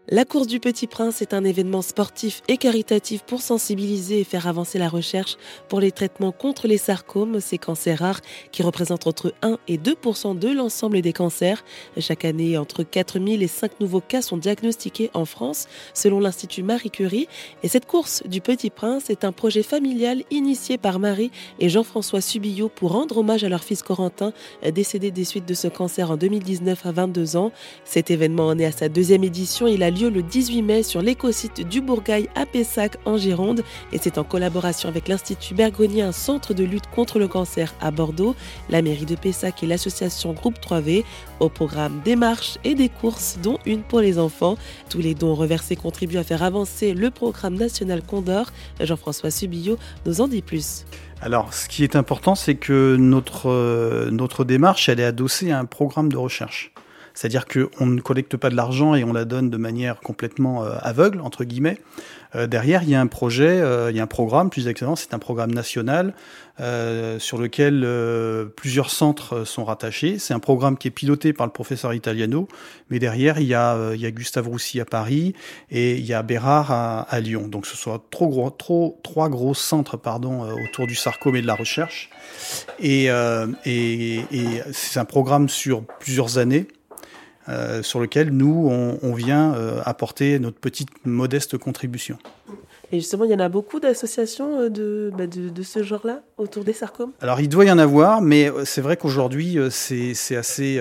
La course du Petit Prince est un événement sportif et caritatif pour sensibiliser et faire avancer la recherche pour les traitements contre les sarcomes, ces cancers rares qui représentent entre 1 et 2% de l'ensemble des cancers. Chaque année, entre 4 000 et 5 nouveaux cas sont diagnostiqués en France, selon l'Institut Marie Curie. Et cette course du Petit Prince est un projet familial initié par Marie et Jean-François Subillot pour rendre hommage à leur fils Corentin, décédé des suites de ce cancer en 2019 à 22 ans. Cet événement en est à sa deuxième édition. Il a lieu le 18 mai sur l'écosite du Bourgail à Pessac en Gironde et c'est en collaboration avec l'Institut Bergonié, un centre de lutte contre le cancer à Bordeaux, la mairie de Pessac et l'association Groupe 3V. Au programme des marches et des courses, dont une pour les enfants. Tous les dons reversés contribuent à faire avancer le programme national Condor. Jean-François Subillot nous en dit plus. Alors, ce qui est important, c'est que notre démarche, elle est adossée à un programme de recherche. C'est-à-dire qu'on ne collecte pas de l'argent et on la donne de manière complètement aveugle, entre guillemets. Derrière, il y a un projet, il y a un programme, plus exactement, c'est un programme national sur lequel plusieurs centres sont rattachés. C'est un programme qui est piloté par le professeur Italiano, mais derrière, il y a Gustave Roussy à Paris et il y a Bérard à Lyon. Donc, ce sont trois gros centres autour du sarcome et de la recherche. Et c'est un programme sur plusieurs années. Sur lequel nous, on vient apporter notre petite modeste contribution. Et justement, il y en a beaucoup d'associations de ce genre-là, autour des sarcomes ? Alors, il doit y en avoir, mais c'est vrai qu'aujourd'hui, c'est assez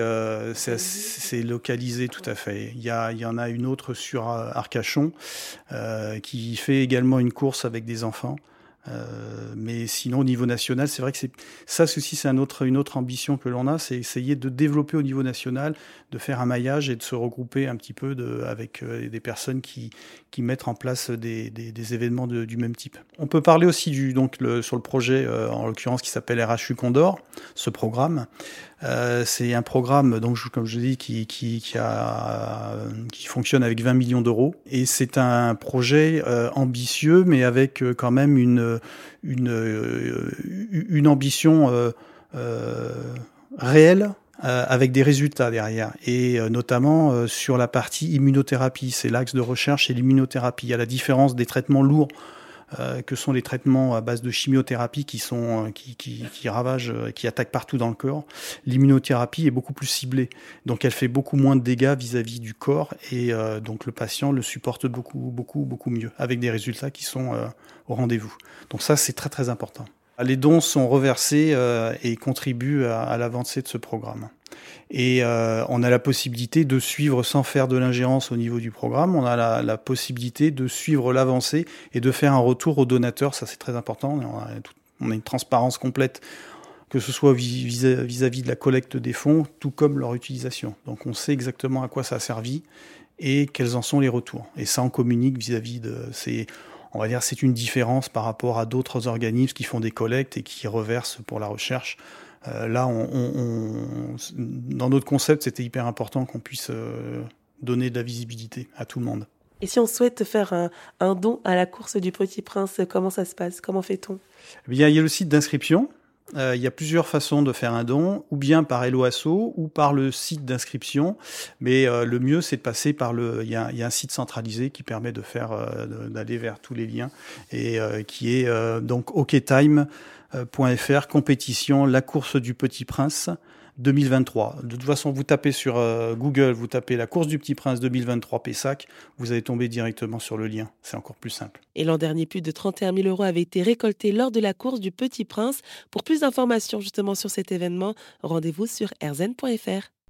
localisé, tout à fait. Il y en a une autre sur Arcachon, qui fait également une course avec des enfants. Mais sinon, au niveau national, c'est vrai que c'est une autre ambition que l'on a, c'est essayer de développer au niveau national, de faire un maillage et de se regrouper un petit peu avec des personnes qui mettent en place des événements du même type. On peut parler aussi sur le projet, en l'occurrence, qui s'appelle RHU Condor, ce programme. C'est un programme, donc, comme je dis, qui fonctionne avec 20 millions d'euros. Et c'est un projet ambitieux, mais avec quand même une ambition réelle, avec des résultats derrière. Et notamment sur la partie immunothérapie. C'est l'axe de recherche, c'est l'immunothérapie. À la différence des traitements lourds, que sont les traitements à base de chimiothérapie qui ravagent, qui attaquent partout dans le corps. L'immunothérapie est beaucoup plus ciblée, donc elle fait beaucoup moins de dégâts vis-à-vis du corps et donc le patient le supporte beaucoup mieux, avec des résultats qui sont au rendez-vous. Donc ça, c'est très très important. Les dons sont reversés et contribuent à l'avancée de ce programme. Et on a la possibilité de suivre sans faire de l'ingérence au niveau du programme. On a la possibilité de suivre l'avancée et de faire un retour aux donateurs. Ça, c'est très important. On a une transparence complète, que ce soit vis-à-vis de la collecte des fonds, tout comme leur utilisation. Donc on sait exactement à quoi ça a servi et quels en sont les retours. Et ça, on communique vis-à-vis on va dire, c'est une différence par rapport à d'autres organismes qui font des collectes et qui reversent pour la recherche. Là, dans notre concept, c'était hyper important qu'on puisse donner de la visibilité à tout le monde. Et si on souhaite faire un don à la course du Petit Prince, comment ça se passe ? Comment fait-on ? Eh bien, il y a le site d'inscription. Il y a plusieurs façons de faire un don, ou bien par Hello Asso, ou par le site d'inscription. Mais le mieux, c'est de passer par il y a un site centralisé qui permet d'aller vers tous les liens et qui est donc oketime.fr, compétition, la course du Petit Prince 2023. De toute façon, vous tapez sur Google, vous tapez la course du Petit Prince 2023 Pessac, vous allez tomber directement sur le lien. C'est encore plus simple. Et l'an dernier, plus de 31 000 euros avaient été récoltés lors de la course du Petit Prince. Pour plus d'informations justement sur cet événement, rendez-vous sur rzn.fr.